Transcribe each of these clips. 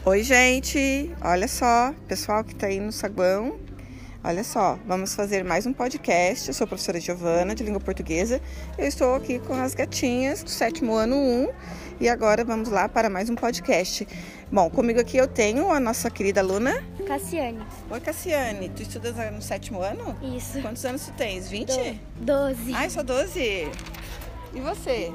Oi, gente! Olha só, pessoal que tá aí no saguão. Olha só, vamos fazer mais um podcast. Eu sou a professora Giovana, de língua portuguesa. Eu estou aqui com as gatinhas do 7º ano 1 e agora vamos lá para mais um podcast. Bom, comigo aqui eu tenho a nossa querida aluna Cassiane. Oi, Cassiane. Tu estudas no 7º ano? Isso. Quantos anos tu tens? 20? 12. Ai, só 12? E você?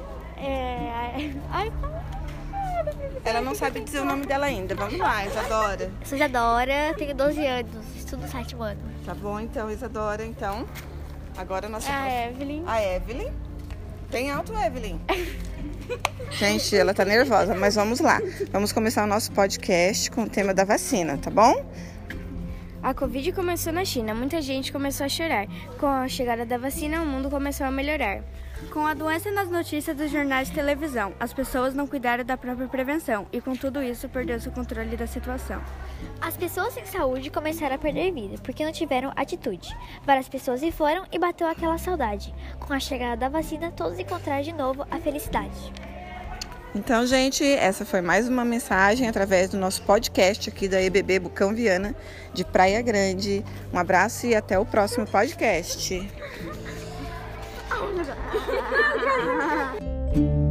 Ela não sabe dizer o nome dela ainda. Vamos lá, Isadora. Eu sou Isadora, tenho 12 anos, estudo 7º ano. Tá bom, então, Isadora. Então, agora a nossa... Evelyn. A Evelyn. Tem alto, Evelyn? Gente, ela tá nervosa, mas vamos lá. Vamos começar o nosso podcast com o tema da vacina, tá bom? A Covid começou na China, muita gente começou a chorar. Com a chegada da vacina, o mundo começou a melhorar. Com a doença nas notícias dos jornais de televisão, as pessoas não cuidaram da própria prevenção e com tudo isso perdeu-se o controle da situação. As pessoas sem saúde começaram a perder vida porque não tiveram atitude. Várias pessoas se foram e bateu aquela saudade. Com a chegada da vacina, todos encontraram de novo a felicidade. Então, gente, essa foi mais uma mensagem através do nosso podcast aqui da EBB Bucão Viana, de Praia Grande. Um abraço e até o próximo podcast.